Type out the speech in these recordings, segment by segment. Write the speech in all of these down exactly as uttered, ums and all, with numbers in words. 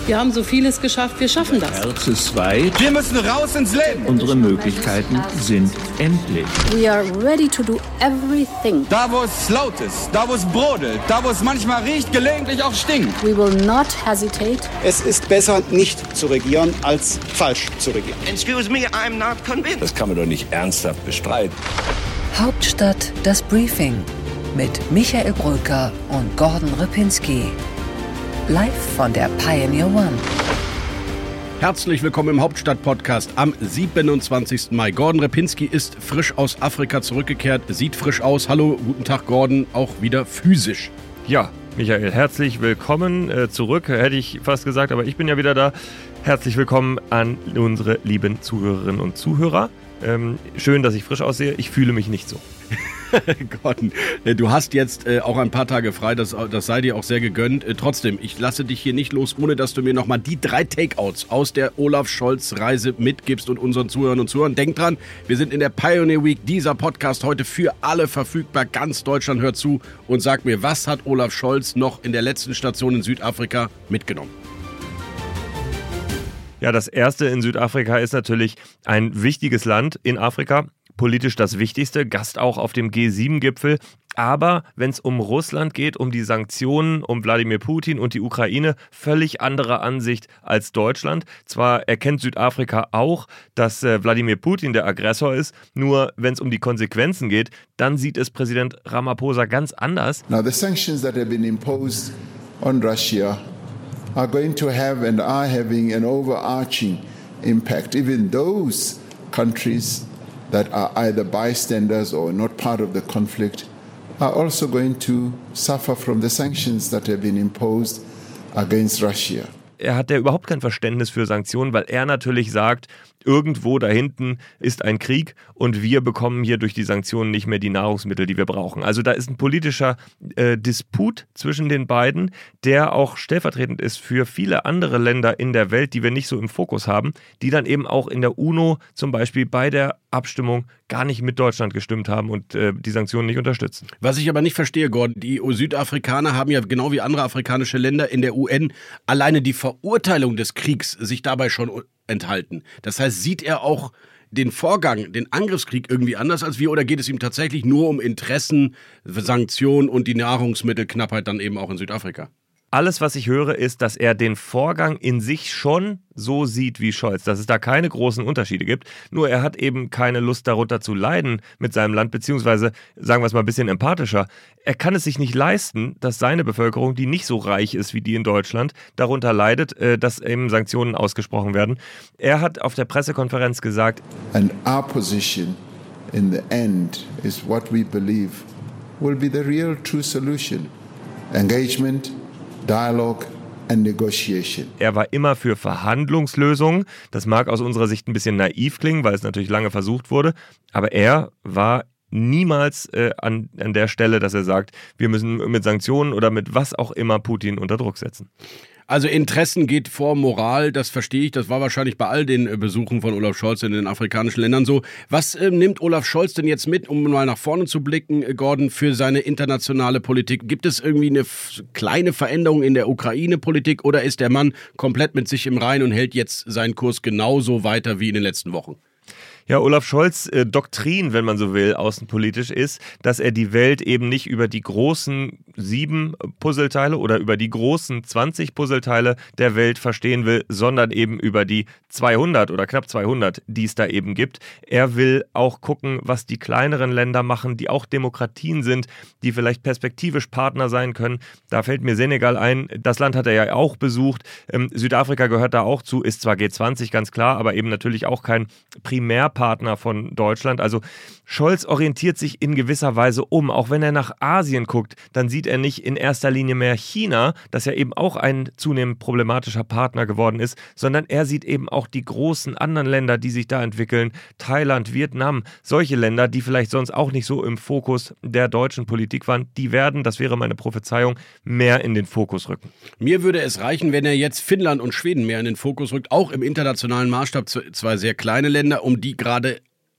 Wir haben so vieles geschafft, wir schaffen das. Herz ist weit. Wir müssen raus ins Leben. Unsere Möglichkeiten sind endlich. We are ready to do everything. Da, wo es laut ist, da, wo es brodelt, da, wo es manchmal riecht, gelegentlich auch stinkt. We will not hesitate. Es ist besser, nicht zu regieren, als falsch zu regieren. Excuse me, I'm not convinced. Das kann man doch nicht ernsthaft bestreiten. Hauptstadt, das Briefing mit Michael Brücker und Gordon Ripinski. Live von der Pioneer One. Herzlich willkommen im Hauptstadt-Podcast am siebenundzwanzigsten Mai. Gordon Ripinski ist frisch aus Afrika zurückgekehrt, sieht frisch aus. Hallo, guten Tag Gordon, auch wieder physisch. Ja, Michael, herzlich willkommen äh, zurück, hätte ich fast gesagt, aber ich bin ja wieder da. Herzlich willkommen an unsere lieben Zuhörerinnen und Zuhörer. Ähm, schön, dass ich frisch aussehe. Ich fühle mich nicht so. Gordon, du hast jetzt äh, auch ein paar Tage frei, das, das sei dir auch sehr gegönnt. Äh, trotzdem, ich lasse dich hier nicht los, ohne dass du mir nochmal die drei Takeouts aus der Olaf Scholz-Reise mitgibst und unseren Zuhörern und Zuhörern. Denk dran, wir sind in der Pioneer Week, dieser Podcast heute für alle verfügbar. Ganz Deutschland hört zu und sag mir, was hat Olaf Scholz noch in der letzten Station in Südafrika mitgenommen? Ja, das erste in Südafrika ist natürlich ein wichtiges Land in Afrika. Politisch das wichtigste, Gast auch auf dem G sieben Gipfel. Aber wenn es um Russland geht, um die Sanktionen, um Wladimir Putin und die Ukraine, völlig andere Ansicht als Deutschland. Zwar erkennt Südafrika auch, dass äh, Wladimir Putin der Aggressor ist, nur wenn es um die Konsequenzen geht, dann sieht es Präsident Ramaphosa ganz anders. Now the sanctions that have been imposed on Russia are going to have and are having an overarching impact. Even those countries that are either bystanders or not part of the conflict are also going to suffer from the sanctions that have been imposed against Russia. Er hat ja überhaupt kein Verständnis für Sanktionen, weil er natürlich sagt, irgendwo da hinten ist ein Krieg und wir bekommen hier durch die Sanktionen nicht mehr die Nahrungsmittel, die wir brauchen. Also da ist ein politischer äh, Disput zwischen den beiden, der auch stellvertretend ist für viele andere Länder in der Welt, die wir nicht so im Fokus haben, die dann eben auch in der UNO zum Beispiel bei der Abstimmung gar nicht mit Deutschland gestimmt haben und äh, die Sanktionen nicht unterstützen. Was ich aber nicht verstehe, Gordon, die Südafrikaner haben ja genau wie andere afrikanische Länder in der U N alleine die Verurteilung des Kriegs sich dabei schon enthalten. Das heißt, sieht er auch den Vorgang, den Angriffskrieg irgendwie anders als wir oder geht es ihm tatsächlich nur um Interessen, Sanktionen und die Nahrungsmittelknappheit dann eben auch in Südafrika? Alles, was ich höre, ist, dass er den Vorgang in sich schon so sieht wie Scholz, dass es da keine großen Unterschiede gibt. Nur er hat eben keine Lust darunter zu leiden mit seinem Land, beziehungsweise, sagen wir es mal ein bisschen empathischer, er kann es sich nicht leisten, dass seine Bevölkerung, die nicht so reich ist wie die in Deutschland, darunter leidet, dass eben Sanktionen ausgesprochen werden. Er hat auf der Pressekonferenz gesagt, And our position in the end is what we believe will be the real true solution. Engagement, Dialogue and negotiation. Er war immer für Verhandlungslösungen. Das mag aus unserer Sicht ein bisschen naiv klingen, weil es natürlich lange versucht wurde. Aber er war niemals äh, an, an der Stelle, dass er sagt, wir müssen mit Sanktionen oder mit was auch immer Putin unter Druck setzen. Also Interessen geht vor Moral, das verstehe ich. Das war wahrscheinlich bei all den Besuchen von Olaf Scholz in den afrikanischen Ländern so. Was äh, nimmt Olaf Scholz denn jetzt mit, um mal nach vorne zu blicken, äh, Gordon, für seine internationale Politik? Gibt es irgendwie eine f- kleine Veränderung in der Ukraine-Politik oder ist der Mann komplett mit sich im Reinen und hält jetzt seinen Kurs genauso weiter wie in den letzten Wochen? Ja, Olaf Scholz' äh, Doktrin, wenn man so will, außenpolitisch ist, dass er die Welt eben nicht über die großen sieben Puzzleteile oder über die großen zwanzig Puzzleteile der Welt verstehen will, sondern eben über die zweihundert oder knapp zweihundert, die es da eben gibt. Er will auch gucken, was die kleineren Länder machen, die auch Demokratien sind, die vielleicht perspektivisch Partner sein können. Da fällt mir Senegal ein, das Land hat er ja auch besucht. Ähm, Südafrika gehört da auch zu, ist zwar G zwanzig, ganz klar, aber eben natürlich auch kein Primärpartner von Deutschland. Also Scholz orientiert sich in gewisser Weise um. Auch wenn er nach Asien guckt, dann sieht er nicht in erster Linie mehr China, das ja eben auch ein zunehmend problematischer Partner geworden ist, sondern er sieht eben auch die großen anderen Länder, die sich da entwickeln, Thailand, Vietnam, solche Länder, die vielleicht sonst auch nicht so im Fokus der deutschen Politik waren, die werden, das wäre meine Prophezeiung, mehr in den Fokus rücken. Mir würde es reichen, wenn er jetzt Finnland und Schweden mehr in den Fokus rückt, auch im internationalen Maßstab, zwei sehr kleine Länder, um die gerade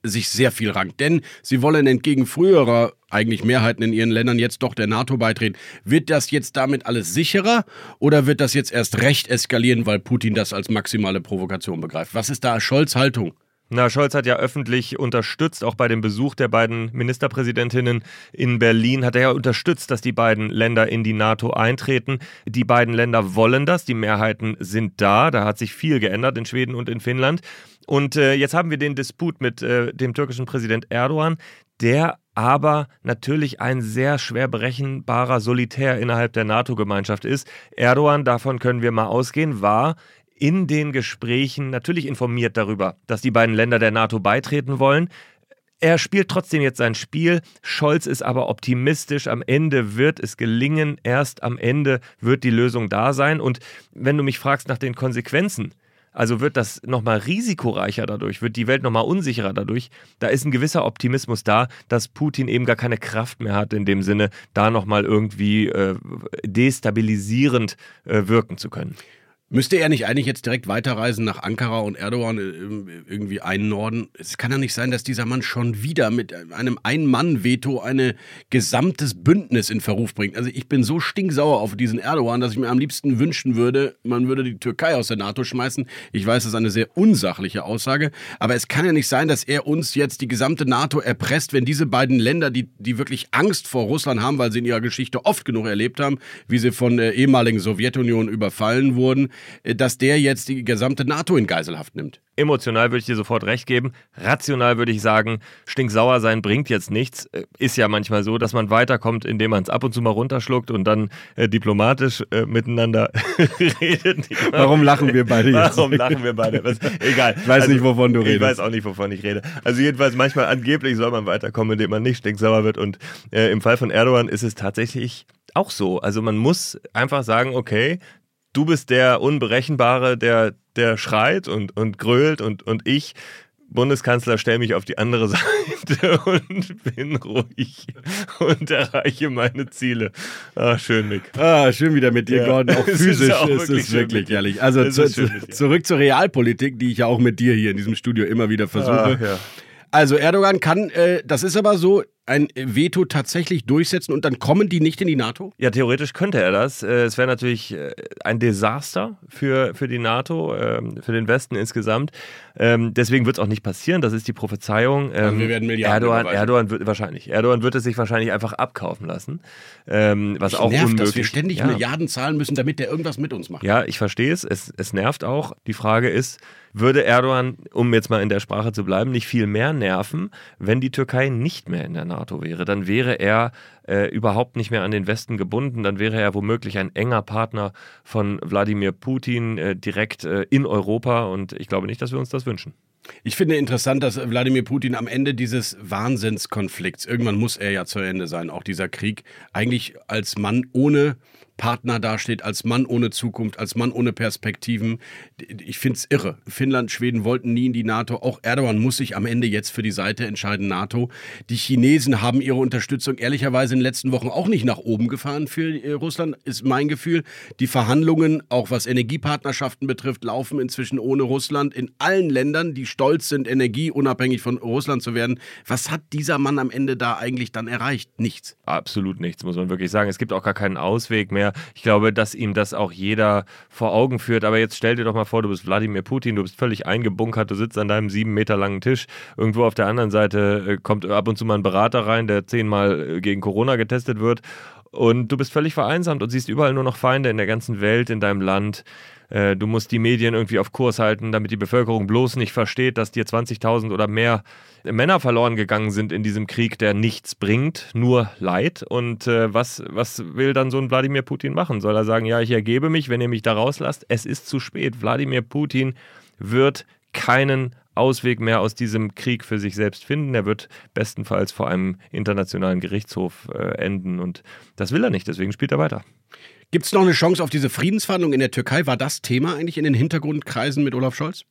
sich sehr viel rankt. Denn sie wollen entgegen früherer eigentlich Mehrheiten in ihren Ländern jetzt doch der NATO beitreten. Wird das jetzt damit alles sicherer oder wird das jetzt erst recht eskalieren, weil Putin das als maximale Provokation begreift? Was ist da Scholz' Haltung? Na, Scholz hat ja öffentlich unterstützt, auch bei dem Besuch der beiden Ministerpräsidentinnen in Berlin hat er ja unterstützt, dass die beiden Länder in die NATO eintreten. Die beiden Länder wollen das, die Mehrheiten sind da, da hat sich viel geändert in Schweden und in Finnland. Und äh, jetzt haben wir den Disput mit äh, dem türkischen Präsident Erdogan, der aber natürlich ein sehr schwer berechenbarer Solitär innerhalb der NATO-Gemeinschaft ist. Erdogan, davon können wir mal ausgehen, war in den Gesprächen natürlich informiert darüber, dass die beiden Länder der NATO beitreten wollen. Er spielt trotzdem jetzt sein Spiel. Scholz ist aber optimistisch. Am Ende wird es gelingen. Erst am Ende wird die Lösung da sein. Und wenn du mich fragst nach den Konsequenzen, also wird das nochmal risikoreicher dadurch, wird die Welt nochmal unsicherer dadurch, da ist ein gewisser Optimismus da, dass Putin eben gar keine Kraft mehr hat, in dem Sinne, da nochmal irgendwie äh, destabilisierend äh, wirken zu können. Müsste er nicht eigentlich jetzt direkt weiterreisen nach Ankara und Erdogan irgendwie einnorden? Es kann ja nicht sein, dass dieser Mann schon wieder mit einem Ein-Mann-Veto ein gesamtes Bündnis in Verruf bringt. Also ich bin so stinksauer auf diesen Erdogan, dass ich mir am liebsten wünschen würde, man würde die Türkei aus der NATO schmeißen. Ich weiß, das ist eine sehr unsachliche Aussage, aber es kann ja nicht sein, dass er uns jetzt die gesamte NATO erpresst, wenn diese beiden Länder, die, die wirklich Angst vor Russland haben, weil sie in ihrer Geschichte oft genug erlebt haben, wie sie von der ehemaligen Sowjetunion überfallen wurden, dass der jetzt die gesamte NATO in Geiselhaft nimmt. Emotional würde ich dir sofort recht geben. Rational würde ich sagen, stinksauer sein bringt jetzt nichts. Ist ja manchmal so, dass man weiterkommt, indem man es ab und zu mal runterschluckt und dann äh, diplomatisch äh, miteinander redet. Warum lachen wir beide jetzt? Warum lachen wir beide? Was, egal. Ich weiß also, nicht, wovon du redest. Ich weiß auch nicht, wovon ich rede. Also jedenfalls manchmal angeblich soll man weiterkommen, indem man nicht stinksauer wird. Und äh, im Fall von Erdogan ist es tatsächlich auch so. Also man muss einfach sagen, okay, du bist der Unberechenbare, der, der schreit und, und grölt und, und ich, Bundeskanzler, stelle mich auf die andere Seite und bin ruhig und erreiche meine Ziele. Ah, schön, Mick. Ah, schön wieder mit dir, ja. Gordon. Auch physisch ist, auch ist es wirklich ehrlich. Also zu, zu, zurück zur Realpolitik, die ich ja auch mit dir hier in diesem Studio immer wieder versuche. Ah, ja. Also Erdogan kann, äh, das ist aber so, ein Veto tatsächlich durchsetzen und dann kommen die nicht in die NATO? Ja, theoretisch könnte er das. Es wäre natürlich ein Desaster für, für die NATO, für den Westen insgesamt. Deswegen wird es auch nicht passieren, das ist die Prophezeiung. Also wir werden Milliarden Erdogan, Erdogan wird wahrscheinlich. Erdogan wird es sich wahrscheinlich einfach abkaufen lassen. Was Mich auch nervt, unmöglich, dass wir ständig ja. Milliarden zahlen müssen, damit der irgendwas mit uns macht. Ja, ich verstehe es. es. Es nervt auch. Die Frage ist, würde Erdogan, um jetzt mal in der Sprache zu bleiben, nicht viel mehr nerven, wenn die Türkei nicht mehr in der NATO wäre? Dann wäre er äh, überhaupt nicht mehr an den Westen gebunden. Dann wäre er womöglich ein enger Partner von Wladimir Putin äh, direkt äh, in Europa. Und ich glaube nicht, dass wir uns das wünschen. Ich finde interessant, dass Wladimir Putin am Ende dieses Wahnsinnskonflikts, irgendwann muss er ja zu Ende sein, auch dieser Krieg, eigentlich als Mann ohne Partner dasteht, als Mann ohne Zukunft, als Mann ohne Perspektiven. Ich finde es irre. Finnland, Schweden wollten nie in die NATO. Auch Erdogan muss sich am Ende jetzt für die Seite entscheiden, NATO. Die Chinesen haben ihre Unterstützung ehrlicherweise in den letzten Wochen auch nicht nach oben gefahren für Russland, ist mein Gefühl. Die Verhandlungen, auch was Energiepartnerschaften betrifft, laufen inzwischen ohne Russland in allen Ländern, die stolz sind, energieunabhängig von Russland zu werden. Was hat dieser Mann am Ende da eigentlich dann erreicht? Nichts. Absolut nichts, muss man wirklich sagen. Es gibt auch gar keinen Ausweg mehr. Ich glaube, dass ihm das auch jeder vor Augen führt. Aber jetzt stell dir doch mal vor, du bist Wladimir Putin, du bist völlig eingebunkert, du sitzt an deinem sieben Meter langen Tisch. Irgendwo auf der anderen Seite kommt ab und zu mal ein Berater rein, der zehnmal gegen Corona getestet wird. Und du bist völlig vereinsamt und siehst überall nur noch Feinde in der ganzen Welt, in deinem Land. Du musst die Medien irgendwie auf Kurs halten, damit die Bevölkerung bloß nicht versteht, dass dir zwanzigtausend oder mehr Männer verloren gegangen sind in diesem Krieg, der nichts bringt, nur Leid. Und äh, was, was will dann so ein Wladimir Putin machen? Soll er sagen, ja, ich ergebe mich, wenn ihr mich da rauslasst? Es ist zu spät. Wladimir Putin wird keinen Ausweg mehr aus diesem Krieg für sich selbst finden. Er wird bestenfalls vor einem internationalen Gerichtshof äh, enden. Und das will er nicht, deswegen spielt er weiter. Gibt es noch eine Chance auf diese Friedensverhandlungen in der Türkei? War das Thema eigentlich in den Hintergrundkreisen mit Olaf Scholz?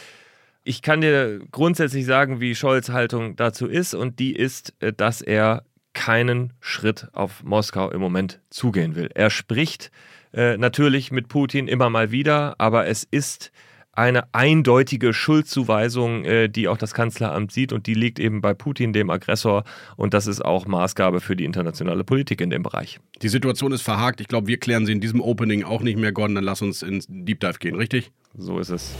Ich kann dir grundsätzlich sagen, wie Scholz' Haltung dazu ist. Und die ist, dass er keinen Schritt auf Moskau im Moment zugehen will. Er spricht äh, natürlich mit Putin immer mal wieder, aber es ist eine eindeutige Schuldzuweisung, äh, die auch das Kanzleramt sieht und die liegt eben bei Putin, dem Aggressor, und das ist auch Maßgabe für die internationale Politik in dem Bereich. Die Situation ist verhakt. Ich glaube, wir klären sie in diesem Opening auch nicht mehr, Gordon. Dann lass uns ins Deep Dive gehen, richtig? So ist es.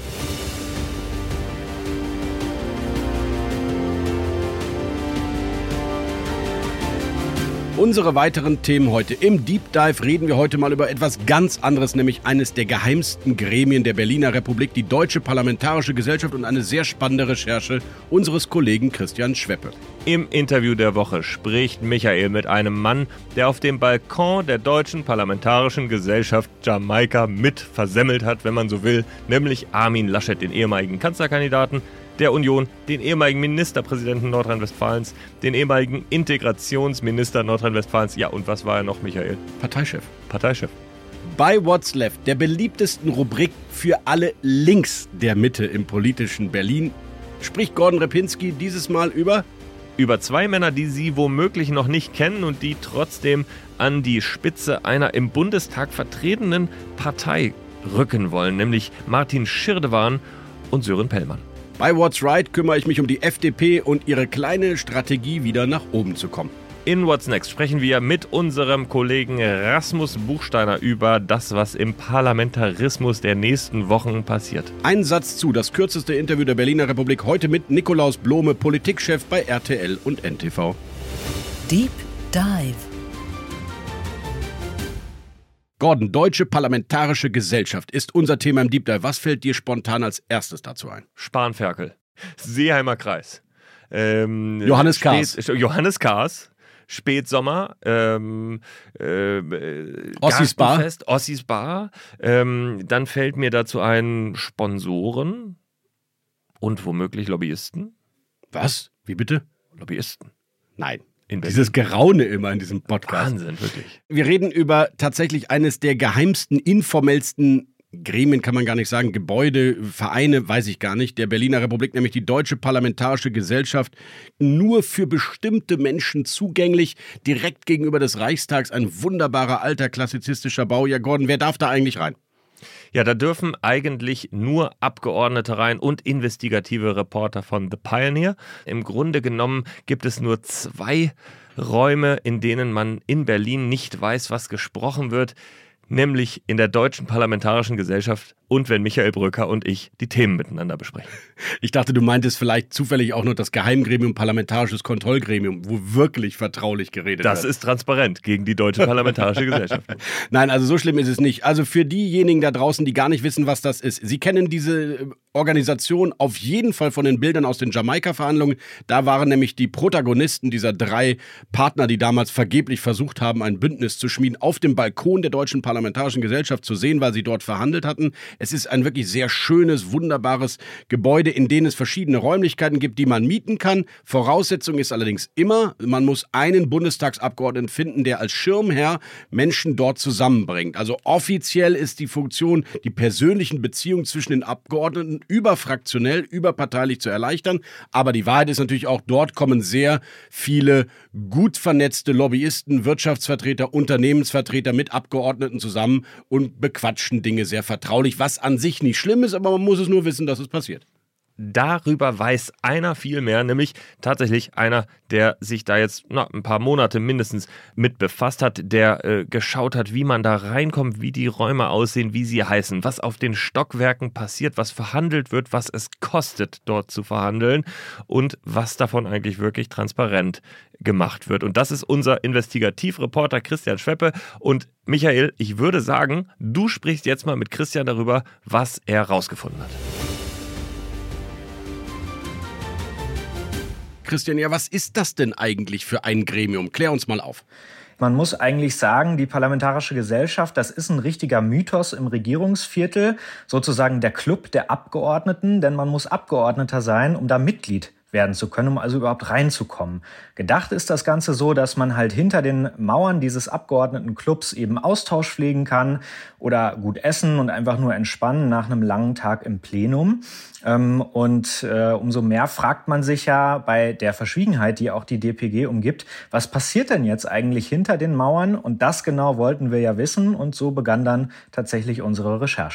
Unsere weiteren Themen heute. Im Deep Dive reden wir heute mal über etwas ganz anderes, nämlich eines der geheimsten Gremien der Berliner Republik, die Deutsche Parlamentarische Gesellschaft, und eine sehr spannende Recherche unseres Kollegen Christian Schweppe. Im Interview der Woche spricht Michael mit einem Mann, der auf dem Balkon der Deutschen Parlamentarischen Gesellschaft Jamaika mit versemmelt hat, wenn man so will, nämlich Armin Laschet, den ehemaligen Kanzlerkandidaten der Union, den ehemaligen Ministerpräsidenten Nordrhein-Westfalens, den ehemaligen Integrationsminister Nordrhein-Westfalens. Ja, und was war er noch, Michael? Parteichef. Parteichef. Bei What's Left, der beliebtesten Rubrik für alle links der Mitte im politischen Berlin, spricht Gordon Repinski dieses Mal über... Über zwei Männer, die Sie womöglich noch nicht kennen und die trotzdem an die Spitze einer im Bundestag vertretenen Partei rücken wollen, nämlich Martin Schirdewan und Sören Pellmann. Bei What's Right kümmere ich mich um die F D P und ihre kleine Strategie, wieder nach oben zu kommen. In What's Next sprechen wir mit unserem Kollegen Rasmus Buchsteiner über das, was im Parlamentarismus der nächsten Wochen passiert. Ein Satz zu, das kürzeste Interview der Berliner Republik, heute mit Nikolaus Blome, Politikchef bei R T L und N T V. Deep Dive. Gordon, Deutsche Parlamentarische Gesellschaft ist unser Thema im Deep Dive. Was fällt dir spontan als erstes dazu ein? Spanferkel, Seeheimer Kreis. Ähm, Johannes Kahrs. Spät, Johannes Kahrs. Spätsommer, ähm, äh, Ossis Bar. Ossis Bar. Ähm, dann fällt mir dazu ein Sponsoren und womöglich Lobbyisten. Was? Wie bitte? Lobbyisten. Nein. Dieses Geraune immer in diesem Podcast. Wahnsinn, wirklich. Wir reden über tatsächlich eines der geheimsten, informellsten Gremien, kann man gar nicht sagen, Gebäude, Vereine, weiß ich gar nicht, der Berliner Republik, nämlich die Deutsche Parlamentarische Gesellschaft, nur für bestimmte Menschen zugänglich, direkt gegenüber des Reichstags, ein wunderbarer alter klassizistischer Bau. Ja, Gordon, wer darf da eigentlich rein? Ja, da dürfen eigentlich nur Abgeordnete rein und investigative Reporter von The Pioneer. Im Grunde genommen gibt es nur zwei Räume, in denen man in Berlin nicht weiß, was gesprochen wird, nämlich in der Deutschen Parlamentarischen Gesellschaft und wenn Michael Brücker und ich die Themen miteinander besprechen. Ich dachte, du meintest vielleicht zufällig auch noch das Geheimgremium Parlamentarisches Kontrollgremium, wo wirklich vertraulich geredet das wird. Das ist transparent gegen die Deutsche Parlamentarische Gesellschaft. Nein, also so schlimm ist es nicht. Also für diejenigen da draußen, die gar nicht wissen, was das ist. Sie kennen diese Organisation auf jeden Fall von den Bildern aus den Jamaika-Verhandlungen. Da waren nämlich die Protagonisten dieser drei Partner, die damals vergeblich versucht haben, ein Bündnis zu schmieden, auf dem Balkon der Deutschen Parlamentarischen Gesellschaft zu sehen, weil sie dort verhandelt hatten. Es ist ein wirklich sehr schönes, wunderbares Gebäude, in dem es verschiedene Räumlichkeiten gibt, die man mieten kann. Voraussetzung ist allerdings immer, man muss einen Bundestagsabgeordneten finden, der als Schirmherr Menschen dort zusammenbringt. Also offiziell ist die Funktion, die persönlichen Beziehungen zwischen den Abgeordneten überfraktionell, überparteilich zu erleichtern. Aber die Wahrheit ist natürlich auch, dort kommen sehr viele gut vernetzte Lobbyisten, Wirtschaftsvertreter, Unternehmensvertreter mit Abgeordneten zusammen und bequatschen Dinge sehr vertraulich, was an sich nicht schlimm ist, aber man muss es nur wissen, dass es passiert. Darüber weiß einer viel mehr, nämlich tatsächlich einer, der sich da jetzt na, ein paar Monate mindestens mit befasst hat, der äh, geschaut hat, wie man da reinkommt, wie die Räume aussehen, wie sie heißen, was auf den Stockwerken passiert, was verhandelt wird, was es kostet, dort zu verhandeln und was davon eigentlich wirklich transparent gemacht wird. Und das ist unser Investigativreporter Christian Schweppe. Und Michael, ich würde sagen, du sprichst jetzt mal mit Christian darüber, was er rausgefunden hat. Christian, ja, was ist das denn eigentlich für ein Gremium? Klär uns mal auf. Man muss eigentlich sagen, die Parlamentarische Gesellschaft, das ist ein richtiger Mythos im Regierungsviertel, sozusagen der Club der Abgeordneten, denn man muss Abgeordneter sein, um da Mitglied werden zu können, um also überhaupt reinzukommen. Gedacht ist das Ganze so, dass man halt hinter den Mauern dieses Abgeordnetenclubs eben Austausch pflegen kann oder gut essen und einfach nur entspannen nach einem langen Tag im Plenum. Und äh, umso mehr fragt man sich ja bei der Verschwiegenheit, die auch die D P G umgibt, was passiert denn jetzt eigentlich hinter den Mauern? Und das genau wollten wir ja wissen und so begann dann tatsächlich unsere Recherche.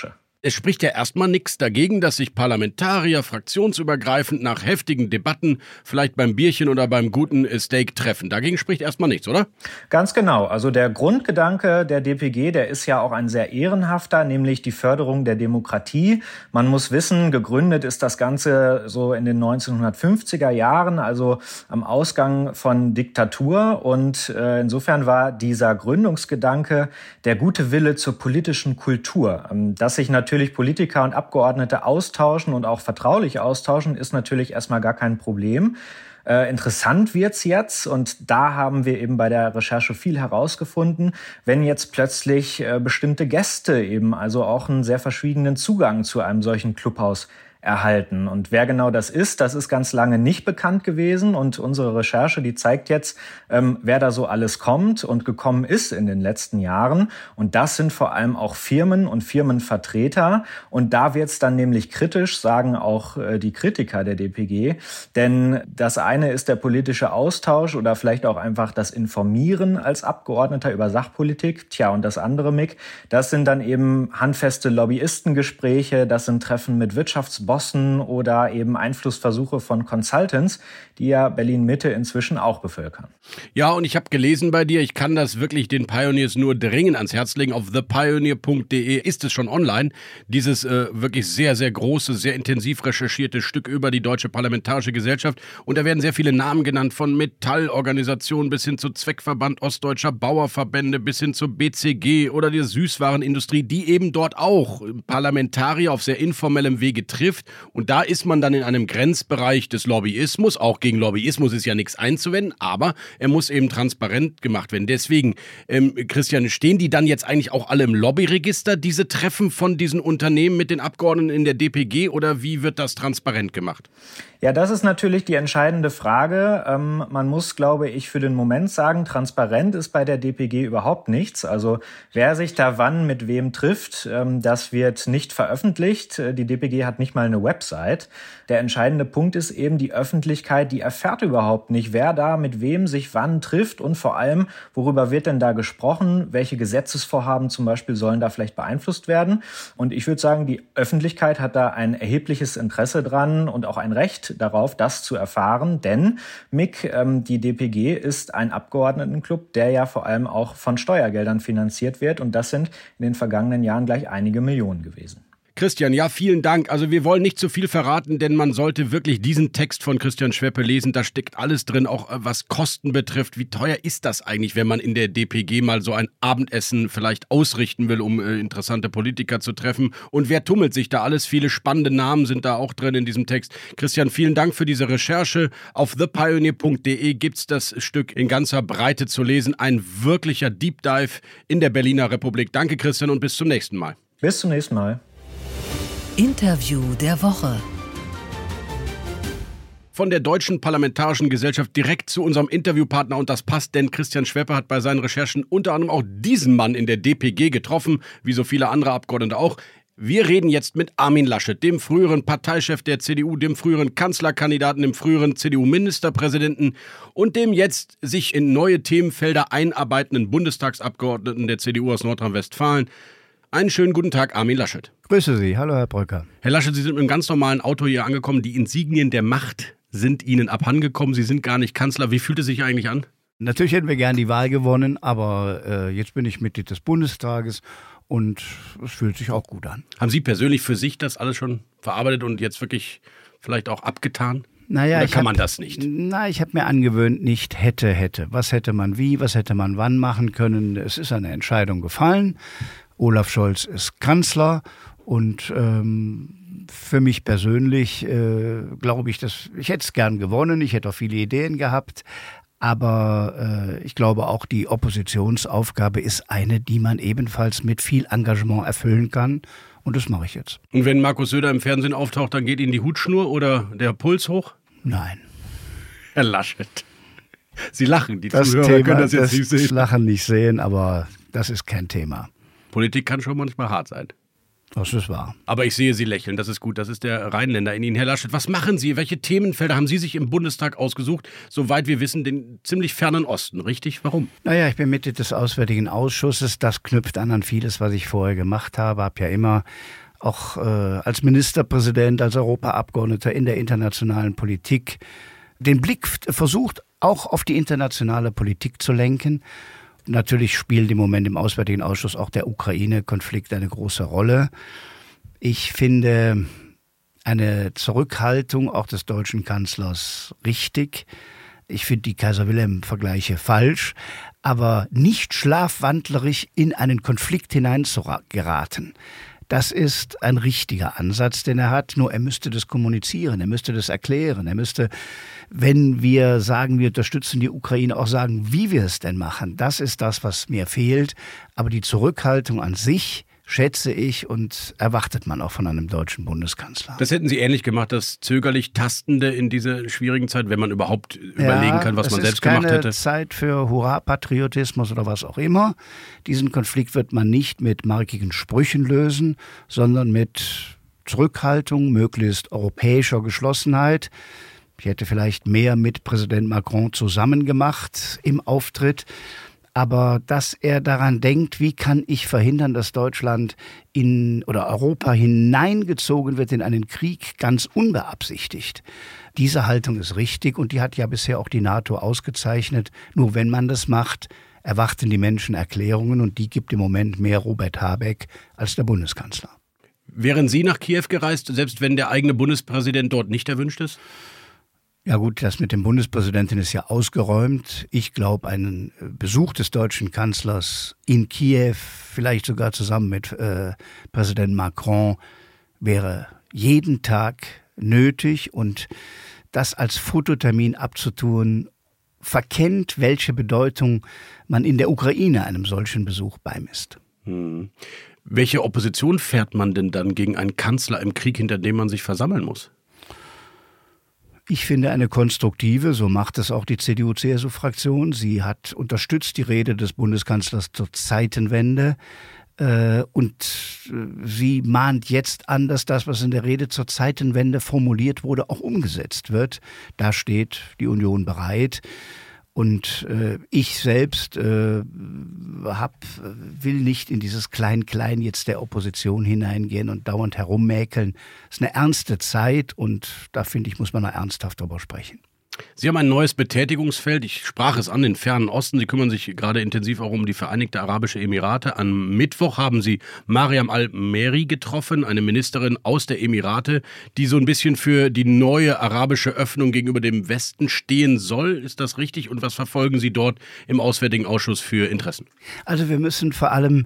Es spricht ja erstmal nichts dagegen, dass sich Parlamentarier fraktionsübergreifend nach heftigen Debatten vielleicht beim Bierchen oder beim guten Steak treffen. Dagegen spricht erstmal nichts, oder? Ganz genau. Also der Grundgedanke der D P G, der ist ja auch ein sehr ehrenhafter, nämlich die Förderung der Demokratie. Man muss wissen, gegründet ist das Ganze so in den neunzehnhundertfünfziger Jahren, also am Ausgang von Diktatur. Und äh, insofern war dieser Gründungsgedanke der gute Wille zur politischen Kultur, ähm, dass sich natürlich Natürlich Politiker und Abgeordnete austauschen und auch vertraulich austauschen, ist natürlich erstmal gar kein Problem. Äh, interessant wird's jetzt, und da haben wir eben bei der Recherche viel herausgefunden, wenn jetzt plötzlich äh, bestimmte Gäste eben also auch einen sehr verschwiegenen Zugang zu einem solchen Clubhaus erhalten. Und wer genau das ist, das ist ganz lange nicht bekannt gewesen. Und unsere Recherche, die zeigt jetzt, ähm, wer da so alles kommt und gekommen ist in den letzten Jahren. Und das sind vor allem auch Firmen und Firmenvertreter. Und da wird's dann nämlich kritisch, sagen auch äh, die Kritiker der D P G. Denn das eine ist der politische Austausch oder vielleicht auch einfach das Informieren als Abgeordneter über Sachpolitik. Tja, und das andere, Mick, das sind dann eben handfeste Lobbyistengespräche, das sind Treffen mit Wirtschaftsbossen oder eben Einflussversuche von Consultants, die ja Berlin-Mitte inzwischen auch bevölkern. Ja, und ich habe gelesen bei dir, ich kann das wirklich den Pioneers nur dringend ans Herz legen. Auf the pioneer punkt de ist es schon online. Dieses äh, wirklich sehr, sehr große, sehr intensiv recherchierte Stück über die Deutsche Parlamentarische Gesellschaft. Und da werden sehr viele Namen genannt, von Metallorganisationen bis hin zu Zweckverband Ostdeutscher Bauerverbände bis hin zur B C G oder der Süßwarenindustrie, die eben dort auch Parlamentarier auf sehr informellem Wege trifft. Und da ist man dann in einem Grenzbereich des Lobbyismus. Auch gegen Lobbyismus ist ja nichts einzuwenden, aber er muss eben transparent gemacht werden. Deswegen, ähm, Christian, stehen die dann jetzt eigentlich auch alle im Lobbyregister, diese Treffen von diesen Unternehmen mit den Abgeordneten in der D P G, oder wie wird das transparent gemacht? Ja, das ist natürlich die entscheidende Frage. Ähm, man muss, glaube ich, für den Moment sagen, transparent ist bei der D P G überhaupt nichts. Also wer sich da wann mit wem trifft, ähm, das wird nicht veröffentlicht. Die D P G hat nicht mal eine Website. Der entscheidende Punkt ist eben, die Öffentlichkeit, die erfährt überhaupt nicht, wer da mit wem sich wann trifft und vor allem, worüber wird denn da gesprochen, welche Gesetzesvorhaben zum Beispiel sollen da vielleicht beeinflusst werden. Und ich würde sagen, die Öffentlichkeit hat da ein erhebliches Interesse dran und auch ein Recht darauf, das zu erfahren, denn Mick, ähm, die D P G ist ein Abgeordnetenclub, der ja vor allem auch von Steuergeldern finanziert wird, und das sind in den vergangenen Jahren gleich einige Millionen gewesen. Christian, ja, vielen Dank. Also wir wollen nicht zu viel verraten, denn man sollte wirklich diesen Text von Christian Schweppe lesen. Da steckt alles drin, auch was Kosten betrifft. Wie teuer ist das eigentlich, wenn man in der D P G mal so ein Abendessen vielleicht ausrichten will, um äh, interessante Politiker zu treffen? Und wer tummelt sich da alles? Viele spannende Namen sind da auch drin in diesem Text. Christian, vielen Dank für diese Recherche. Auf the pioneer punkt de gibt's das Stück in ganzer Breite zu lesen. Ein wirklicher Deep Dive in der Berliner Republik. Danke, Christian, und bis zum nächsten Mal. Bis zum nächsten Mal. Interview der Woche. Von der Deutschen Parlamentarischen Gesellschaft direkt zu unserem Interviewpartner, und das passt, denn Christian Schweppe hat bei seinen Recherchen unter anderem auch diesen Mann in der D P G getroffen, wie so viele andere Abgeordnete auch. Wir reden jetzt mit Armin Laschet, dem früheren Parteichef der C D U, dem früheren Kanzlerkandidaten, dem früheren C D U-Ministerpräsidenten und dem jetzt sich in neue Themenfelder einarbeitenden Bundestagsabgeordneten der C D U aus Nordrhein-Westfalen. Einen schönen guten Tag, Armin Laschet. Grüße Sie. Hallo, Herr Brücker. Herr Laschet, Sie sind mit einem ganz normalen Auto hier angekommen. Die Insignien der Macht sind Ihnen abhandengekommen. Sie sind gar nicht Kanzler. Wie fühlt es sich eigentlich an? Natürlich hätten wir gern die Wahl gewonnen, aber äh, jetzt bin ich Mitglied des Bundestages und es fühlt sich auch gut an. Haben Sie persönlich für sich das alles schon verarbeitet und jetzt wirklich vielleicht auch abgetan? Naja, Oder ich kann hab, man das nicht? Na, ich habe mir angewöhnt, nicht hätte, hätte. Was hätte man wie, was hätte man wann machen können? Es ist eine Entscheidung gefallen. Olaf Scholz ist Kanzler und ähm, für mich persönlich äh, glaube ich, dass ich hätte es gern gewonnen, ich hätte auch viele Ideen gehabt, aber äh, ich glaube auch, die Oppositionsaufgabe ist eine, die man ebenfalls mit viel Engagement erfüllen kann, und das mache ich jetzt. Und wenn Markus Söder im Fernsehen auftaucht, dann geht Ihnen die Hutschnur oder der Puls hoch? Nein. Herr Laschet, Sie lachen, die das Zuhörer Thema, können das jetzt das nicht sehen. Das Lachen nicht sehen, aber das ist kein Thema. Politik kann schon manchmal hart sein. Das ist wahr. Aber ich sehe Sie lächeln, das ist gut. Das ist der Rheinländer in Ihnen. Herr Laschet, was machen Sie? Welche Themenfelder haben Sie sich im Bundestag ausgesucht? Soweit wir wissen, den ziemlich fernen Osten, richtig? Warum? Naja, ich bin Mitglied des Auswärtigen Ausschusses. Das knüpft an an vieles, was ich vorher gemacht habe. Habe ja immer auch äh, als Ministerpräsident, als Europaabgeordneter in der internationalen Politik den Blick versucht, auch auf die internationale Politik zu lenken. Natürlich spielt im Moment im Auswärtigen Ausschuss auch der Ukraine-Konflikt eine große Rolle. Ich finde eine Zurückhaltung auch des deutschen Kanzlers richtig. Ich finde die Kaiser-Wilhelm-Vergleiche falsch, aber nicht schlafwandlerisch in einen Konflikt hineinzugeraten. Das ist ein richtiger Ansatz, den er hat, nur er müsste das kommunizieren, er müsste das erklären, er müsste, wenn wir sagen, wir unterstützen die Ukraine, auch sagen, wie wir es denn machen. Das ist das, was mir fehlt, aber die Zurückhaltung an sich schätze ich und erwartet man auch von einem deutschen Bundeskanzler. Das hätten Sie ähnlich gemacht, das zögerlich Tastende in dieser schwierigen Zeit, wenn man überhaupt ja, überlegen kann, was man selbst gemacht hätte. Es ist keine Zeit für Hurra-Patriotismus oder was auch immer. Diesen Konflikt wird man nicht mit markigen Sprüchen lösen, sondern mit Zurückhaltung, möglichst europäischer Geschlossenheit. Ich hätte vielleicht mehr mit Präsident Macron zusammen gemacht im Auftritt. Aber dass er daran denkt, wie kann ich verhindern, dass Deutschland in oder Europa hineingezogen wird in einen Krieg, ganz unbeabsichtigt. Diese Haltung ist richtig und die hat ja bisher auch die NATO ausgezeichnet. Nur wenn man das macht, erwarten die Menschen Erklärungen und die gibt im Moment mehr Robert Habeck als der Bundeskanzler. Wären Sie nach Kiew gereist, selbst wenn der eigene Bundespräsident dort nicht erwünscht ist? Ja gut, das mit dem Bundespräsidenten ist ja ausgeräumt. Ich glaube, ein Besuch des deutschen Kanzlers in Kiew, vielleicht sogar zusammen mit äh, Präsident Macron, wäre jeden Tag nötig. Und das als Fototermin abzutun, verkennt, welche Bedeutung man in der Ukraine einem solchen Besuch beimisst. Hm. Welche Opposition fährt man denn dann gegen einen Kanzler im Krieg, hinter dem man sich versammeln muss? Ich finde eine konstruktive, so macht es auch die C D U-C S U-Fraktion. Sie hat unterstützt die Rede des Bundeskanzlers zur Zeitenwende äh, und äh, sie mahnt jetzt an, dass das, was in der Rede zur Zeitenwende formuliert wurde, auch umgesetzt wird. Da steht die Union bereit. Und äh, ich selbst äh, hab, will nicht in dieses Klein-Klein jetzt der Opposition hineingehen und dauernd herummäkeln. Es ist eine ernste Zeit und da finde ich, muss man noch ernsthaft darüber sprechen. Sie haben ein neues Betätigungsfeld. Ich sprach es an, den Fernen Osten. Sie kümmern sich gerade intensiv auch um die Vereinigten Arabischen Emirate. Am Mittwoch haben Sie Mariam Al-Meri getroffen, eine Ministerin aus der Emirate, die so ein bisschen für die neue arabische Öffnung gegenüber dem Westen stehen soll. Ist das richtig? Und was verfolgen Sie dort im Auswärtigen Ausschuss für Interessen? Also wir müssen vor allem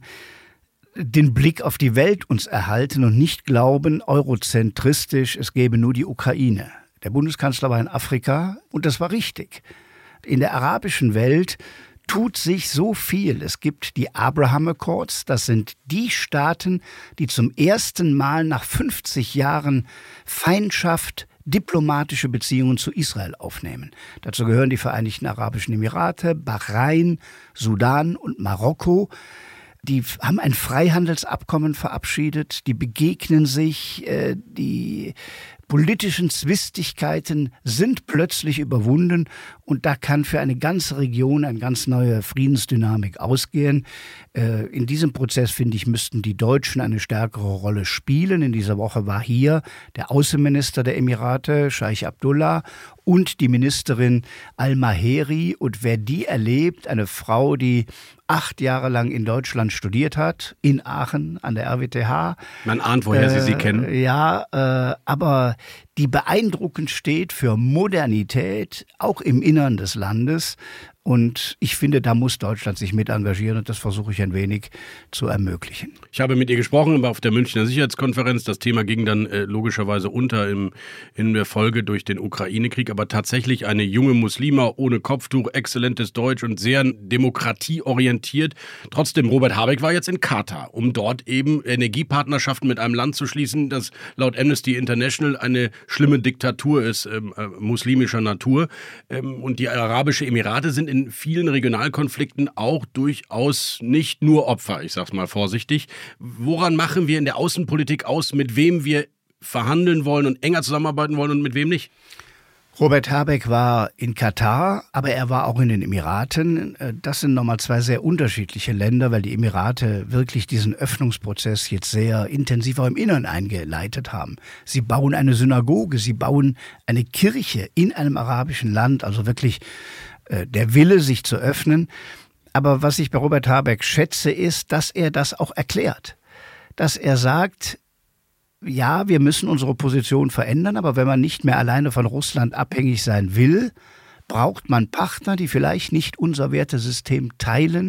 den Blick auf die Welt uns erhalten und nicht glauben, eurozentristisch, es gäbe nur die Ukraine. Der Bundeskanzler war in Afrika und das war richtig. In der arabischen Welt tut sich so viel. Es gibt die Abraham Accords, das sind die Staaten, die zum ersten Mal nach fünfzig Jahren Feindschaft diplomatische Beziehungen zu Israel aufnehmen. Dazu gehören die Vereinigten Arabischen Emirate, Bahrain, Sudan und Marokko. Die haben ein Freihandelsabkommen verabschiedet, die begegnen sich, äh, die politischen Zwistigkeiten sind plötzlich überwunden und da kann für eine ganze Region eine ganz neue Friedensdynamik ausgehen. Äh, in diesem Prozess, finde ich, müssten die Deutschen eine stärkere Rolle spielen. In dieser Woche war hier der Außenminister der Emirate, Scheich Abdullah, und die Ministerin Al-Maheri. Und wer die erlebt, eine Frau, die acht Jahre lang in Deutschland studiert hat, in Aachen an der R W T H. Man ahnt, woher äh, Sie sie kennen. Ja, äh, aber die beeindruckend steht für Modernität, auch im Innern des Landes. Und ich finde, da muss Deutschland sich mit engagieren und das versuche ich ein wenig zu ermöglichen. Ich habe mit ihr gesprochen auf der Münchner Sicherheitskonferenz. Das Thema ging dann äh, logischerweise unter im, in der Folge durch den Ukraine-Krieg. Aber tatsächlich eine junge Muslima ohne Kopftuch, exzellentes Deutsch und sehr demokratieorientiert. Trotzdem, Robert Habeck war jetzt in Katar, um dort eben Energiepartnerschaften mit einem Land zu schließen, das laut Amnesty International eine schlimme Diktatur ist, ähm, äh, muslimischer Natur. Ähm, und die Arabischen Emirate sind in in vielen Regionalkonflikten auch durchaus nicht nur Opfer, ich sag's mal vorsichtig. Woran machen wir in der Außenpolitik aus, mit wem wir verhandeln wollen und enger zusammenarbeiten wollen und mit wem nicht? Robert Habeck war in Katar, aber er war auch in den Emiraten. Das sind nochmal zwei sehr unterschiedliche Länder, weil die Emirate wirklich diesen Öffnungsprozess jetzt sehr intensiv auch im Innern eingeleitet haben. Sie bauen eine Synagoge, sie bauen eine Kirche in einem arabischen Land, also wirklich äh, der Wille, sich zu öffnen. Aber was ich bei Robert Habeck schätze, ist, dass er das auch erklärt. Dass er sagt, ja, wir müssen unsere Position verändern, aber wenn man nicht mehr alleine von Russland abhängig sein will, braucht man Partner, die vielleicht nicht unser Wertesystem teilen.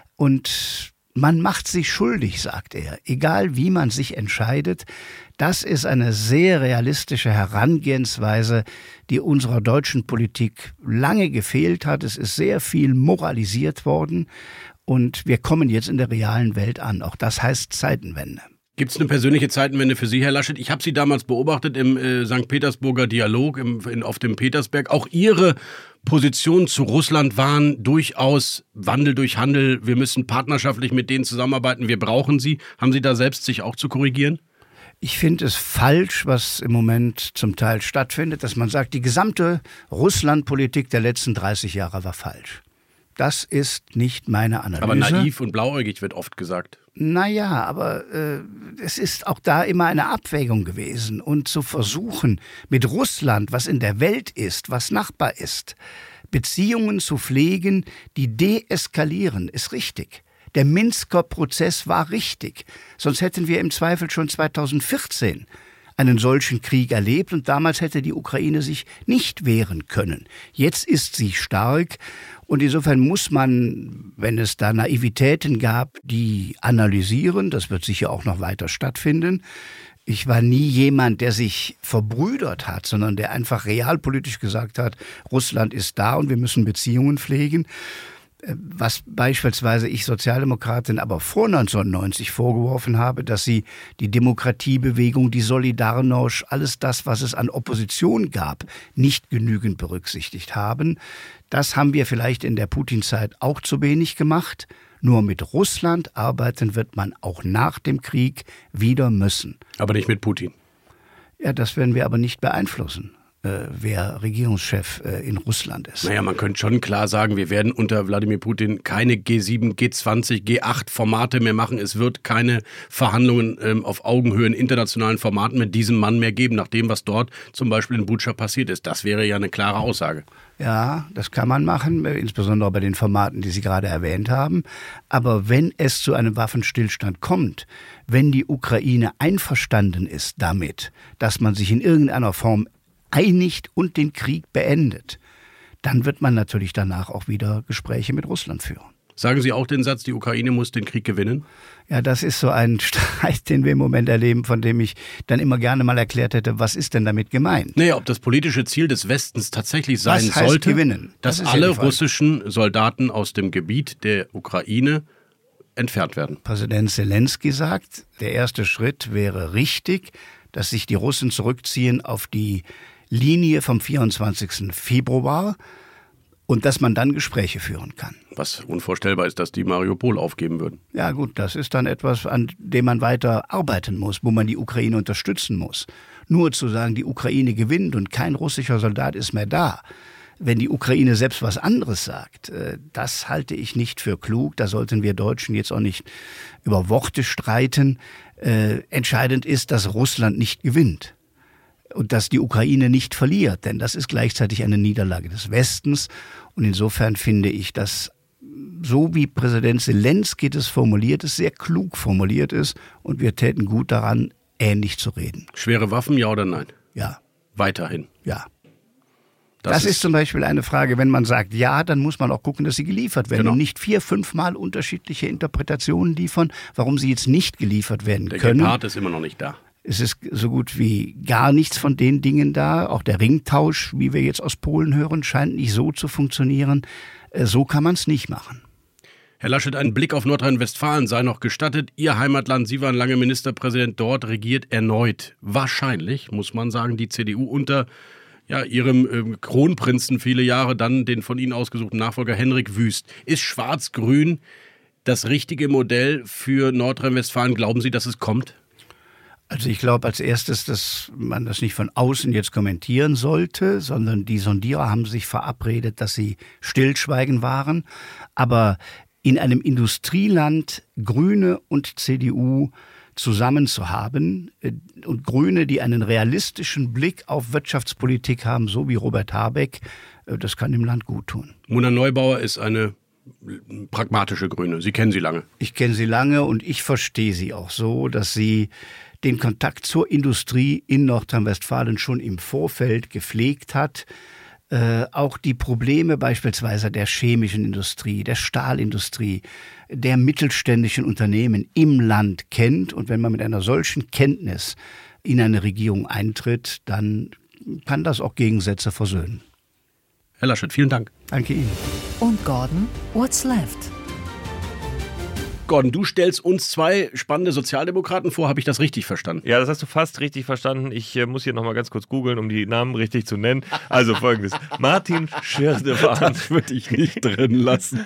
Und man macht sich schuldig, sagt er, egal wie man sich entscheidet. Das ist eine sehr realistische Herangehensweise, die unserer deutschen Politik lange gefehlt hat. Es ist sehr viel moralisiert worden und wir kommen jetzt in der realen Welt an. Auch das heißt Zeitenwende. Gibt es eine persönliche Zeitenwende für Sie, Herr Laschet? Ich habe Sie damals beobachtet im äh, Sankt Petersburger Dialog im, in, auf dem Petersberg. Auch Ihre Positionen zu Russland waren durchaus Wandel durch Handel. Wir müssen partnerschaftlich mit denen zusammenarbeiten. Wir brauchen sie. Haben Sie da selbst sich auch zu korrigieren? Ich finde es falsch, was im Moment zum Teil stattfindet, dass man sagt, die gesamte Russlandpolitik der letzten dreißig Jahre war falsch. Das ist nicht meine Analyse. Aber naiv und blauäugig wird oft gesagt. Naja, aber äh, es ist auch da immer eine Abwägung gewesen. Und zu versuchen, mit Russland, was in der Welt ist, was Nachbar ist, Beziehungen zu pflegen, die deeskalieren, ist richtig. Der Minsker Prozess war richtig. Sonst hätten wir im Zweifel schon zweitausendvierzehn einen solchen Krieg erlebt und damals hätte die Ukraine sich nicht wehren können. Jetzt ist sie stark und insofern muss man, wenn es da Naivitäten gab, die analysieren. Das wird sicher auch noch weiter stattfinden. Ich war nie jemand, der sich verbrüdert hat, sondern der einfach realpolitisch gesagt hat, Russland ist da und wir müssen Beziehungen pflegen. Was beispielsweise ich Sozialdemokratin aber vor neunzehnhundertneunzig vorgeworfen habe, dass sie die Demokratiebewegung, die Solidarność, alles das, was es an Opposition gab, nicht genügend berücksichtigt haben. Das haben wir vielleicht in der Putin-Zeit auch zu wenig gemacht. Nur mit Russland arbeiten wird man auch nach dem Krieg wieder müssen. Aber nicht mit Putin. Ja, das werden wir aber nicht beeinflussen, wer Regierungschef in Russland ist. Naja, man könnte schon klar sagen, wir werden unter Wladimir Putin keine G sieben, G zwanzig, G acht Formate mehr machen. Es wird keine Verhandlungen ähm, auf Augenhöhe in internationalen Formaten mit diesem Mann mehr geben, nach dem, was dort zum Beispiel in Butscha passiert ist. Das wäre ja eine klare Aussage. Ja, das kann man machen, insbesondere bei den Formaten, die Sie gerade erwähnt haben. Aber wenn es zu einem Waffenstillstand kommt, wenn die Ukraine einverstanden ist damit, dass man sich in irgendeiner Form einigt und den Krieg beendet, dann wird man natürlich danach auch wieder Gespräche mit Russland führen. Sagen Sie auch den Satz, die Ukraine muss den Krieg gewinnen? Ja, das ist so ein Streit, den wir im Moment erleben, von dem ich dann immer gerne mal erklärt hätte, was ist denn damit gemeint? Naja, ob das politische Ziel des Westens tatsächlich sein was heißt sollte, gewinnen? dass das alle russischen Soldaten aus dem Gebiet der Ukraine entfernt werden. Präsident Zelensky sagt, der erste Schritt wäre richtig, dass sich die Russen zurückziehen auf die Linie vom vierundzwanzigsten Februar und dass man dann Gespräche führen kann. Was unvorstellbar ist, dass die Mariupol aufgeben würden. Ja gut, das ist dann etwas, an dem man weiter arbeiten muss, wo man die Ukraine unterstützen muss. Nur zu sagen, die Ukraine gewinnt und kein russischer Soldat ist mehr da, wenn die Ukraine selbst was anderes sagt, das halte ich nicht für klug. Da sollten wir Deutschen jetzt auch nicht über Worte streiten. Entscheidend ist, dass Russland nicht gewinnt. Und dass die Ukraine nicht verliert, denn das ist gleichzeitig eine Niederlage des Westens. Und insofern finde ich, dass so wie Präsident Zelensky das formuliert ist, sehr klug formuliert ist und wir täten gut daran, ähnlich zu reden. Schwere Waffen, ja oder nein? Ja. Weiterhin? Ja. Das, das ist, ist zum Beispiel eine Frage, wenn man sagt ja, dann muss man auch gucken, dass sie geliefert werden. Genau. Und nicht vier, fünfmal unterschiedliche Interpretationen liefern, warum sie jetzt nicht geliefert werden Der können. Der Gepard ist immer noch nicht da. Es ist so gut wie gar nichts von den Dingen da. Auch der Ringtausch, wie wir jetzt aus Polen hören, scheint nicht so zu funktionieren. So kann man es nicht machen. Herr Laschet, ein Blick auf Nordrhein-Westfalen sei noch gestattet. Ihr Heimatland, Sie waren lange Ministerpräsident dort, regiert erneut. Wahrscheinlich, muss man sagen, die C D U unter ja, ihrem äh, Kronprinzen viele Jahre, dann den von Ihnen ausgesuchten Nachfolger Henrik Wüst. Ist Schwarz-Grün das richtige Modell für Nordrhein-Westfalen? Glauben Sie, dass es kommt? Also ich glaube als erstes, dass man das nicht von außen jetzt kommentieren sollte, sondern die Sondierer haben sich verabredet, dass sie stillschweigen waren. Aber in einem Industrieland Grüne und C D U zusammen zu haben und Grüne, die einen realistischen Blick auf Wirtschaftspolitik haben, so wie Robert Habeck, das kann dem Land gut tun. Mona Neubauer ist eine pragmatische Grüne. Sie kennen sie lange. Ich kenne sie lange und ich verstehe sie auch so, dass sie den Kontakt zur Industrie in Nordrhein-Westfalen schon im Vorfeld gepflegt hat. Äh, auch die Probleme beispielsweise der chemischen Industrie, der Stahlindustrie, der mittelständischen Unternehmen im Land kennt. Und wenn man mit einer solchen Kenntnis in eine Regierung eintritt, dann kann das auch Gegensätze versöhnen. Herr Laschet, vielen Dank. Danke Ihnen. Und Gordon, what's left? Gordon, du stellst uns zwei spannende Sozialdemokraten vor. Habe ich das richtig verstanden? Ja, das hast du fast richtig verstanden. Ich äh, muss hier nochmal ganz kurz googeln, um die Namen richtig zu nennen. Also folgendes. Martin Schirdewan. Das würde ich nicht drin lassen.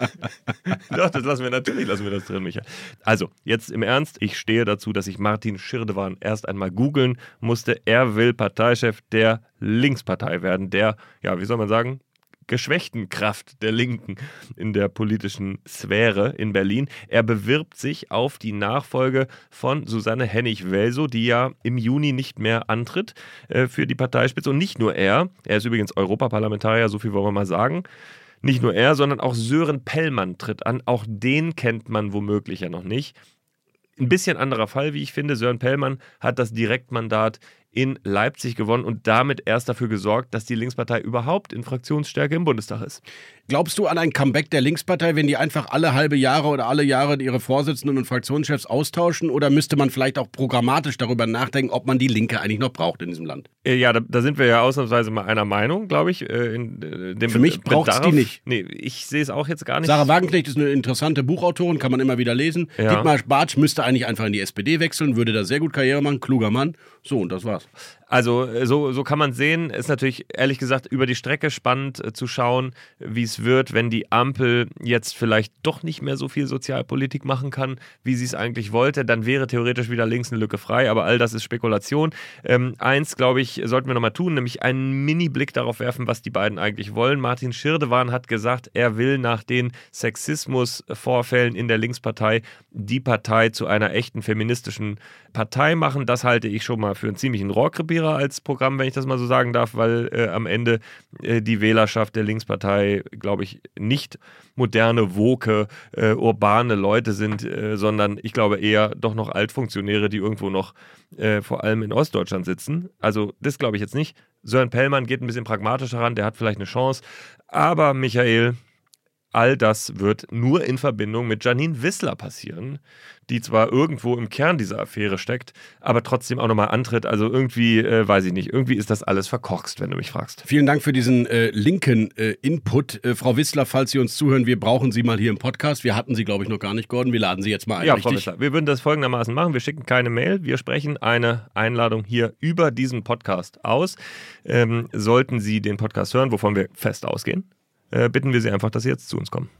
Doch, das lassen wir natürlich, lassen wir das drin, Micha. Also, jetzt im Ernst. Ich stehe dazu, dass ich Martin Schirdewan erst einmal googeln musste. Er will Parteichef der Linkspartei werden. Der, ja, wie soll man sagen, geschwächten Kraft der Linken in der politischen Sphäre in Berlin. Er bewirbt sich auf die Nachfolge von Susanne Hennig-Welsow, die ja im Juni nicht mehr antritt äh, für die Parteispitze. Und nicht nur er, er ist übrigens Europaparlamentarier, so viel wollen wir mal sagen. Nicht nur er, sondern auch Sören Pellmann tritt an. Auch den kennt man womöglich ja noch nicht. Ein bisschen anderer Fall, wie ich finde. Sören Pellmann hat das Direktmandat in Leipzig gewonnen und damit erst dafür gesorgt, dass die Linkspartei überhaupt in Fraktionsstärke im Bundestag ist. Glaubst du an ein Comeback der Linkspartei, wenn die einfach alle halbe Jahre oder alle Jahre ihre Vorsitzenden und Fraktionschefs austauschen? Oder müsste man vielleicht auch programmatisch darüber nachdenken, ob man die Linke eigentlich noch braucht in diesem Land? Ja, da, da sind wir ja ausnahmsweise mal einer Meinung, glaube ich. In, in dem Für mich braucht es die nicht. Nee, ich sehe es auch jetzt gar nicht. Sarah Wagenknecht ist eine interessante Buchautorin, kann man immer wieder lesen. Ja. Dietmar Bartsch müsste eigentlich einfach in die S P D wechseln, würde da sehr gut Karriere machen, kluger Mann. So, und das war's. Also so, so kann man sehen, ist natürlich ehrlich gesagt über die Strecke spannend äh, zu schauen, wie es wird, wenn die Ampel jetzt vielleicht doch nicht mehr so viel Sozialpolitik machen kann, wie sie es eigentlich wollte, dann wäre theoretisch wieder links eine Lücke frei, aber all das ist Spekulation. Ähm, eins, glaube ich, sollten wir nochmal tun, nämlich einen Mini-Blick darauf werfen, was die beiden eigentlich wollen. Martin Schirdewan hat gesagt, er will nach den Sexismusvorfällen in der Linkspartei die Partei zu einer echten feministischen Partei machen. Das halte ich schon mal für einen ziemlichen Rohrkrepierer als Programm, wenn ich das mal so sagen darf, weil äh, am Ende äh, die Wählerschaft der Linkspartei, glaube ich, nicht moderne, woke, äh, urbane Leute sind, äh, sondern ich glaube eher doch noch Altfunktionäre, die irgendwo noch äh, vor allem in Ostdeutschland sitzen. Also das glaube ich jetzt nicht. Sören Pellmann geht ein bisschen pragmatischer ran, der hat vielleicht eine Chance. Aber Michael, all das wird nur in Verbindung mit Janine Wissler passieren, die zwar irgendwo im Kern dieser Affäre steckt, aber trotzdem auch nochmal antritt. Also irgendwie, äh, weiß ich nicht, irgendwie ist das alles verkorkst, wenn du mich fragst. Vielen Dank für diesen äh, linken äh, Input. Äh, Frau Wissler, falls Sie uns zuhören, wir brauchen Sie mal hier im Podcast. Wir hatten Sie, glaube ich, noch gar nicht, Gordon. Wir laden Sie jetzt mal ein, ja, richtig? Frau Wissler, wir würden das folgendermaßen machen. Wir schicken keine Mail, wir sprechen eine Einladung hier über diesen Podcast aus. Ähm, sollten Sie den Podcast hören, wovon wir fest ausgehen, äh, bitten wir Sie einfach, dass Sie jetzt zu uns kommen.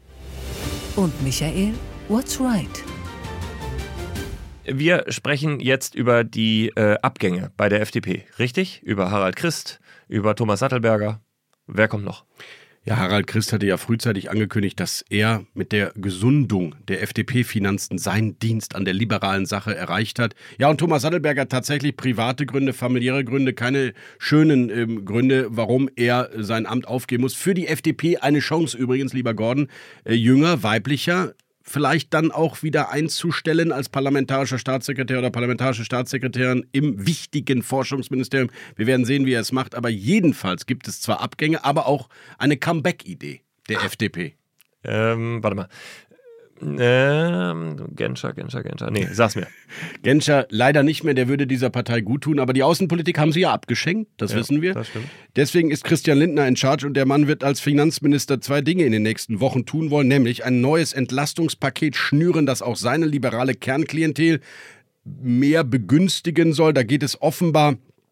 Und Michael, what's right? Wir sprechen jetzt über die äh, Abgänge bei der F D P, richtig? Über Harald Christ, über Thomas Sattelberger. Wer kommt noch? Ja, Harald Christ hatte ja frühzeitig angekündigt, dass er mit der Gesundung der F D P-Finanzen seinen Dienst an der liberalen Sache erreicht hat. Ja, und Thomas Sattelberger tatsächlich private Gründe, familiäre Gründe, keine schönen ähm, Gründe, warum er sein Amt aufgeben muss. Für die F D P eine Chance übrigens, lieber Gordon, äh, jünger, weiblicher, vielleicht dann auch wieder einzustellen als parlamentarischer Staatssekretär oder parlamentarische Staatssekretärin im wichtigen Forschungsministerium. Wir werden sehen, wie er es macht, aber jedenfalls gibt es zwar Abgänge, aber auch eine Comeback-Idee der F D P. Ähm, warte mal. Ähm, Genscher, Genscher, Genscher. Nee, sag's mir. Genscher leider nicht mehr, der würde dieser Partei gut tun, aber die Außenpolitik haben sie ja abgeschenkt, das ja, wissen wir. Das stimmt. Deswegen ist Christian Lindner in Charge und der Mann wird als Finanzminister zwei Dinge in den nächsten Wochen tun wollen, nämlich ein neues Entlastungspaket schnüren, das auch seine liberale Kernklientel mehr begünstigen soll. Da geht es offenbar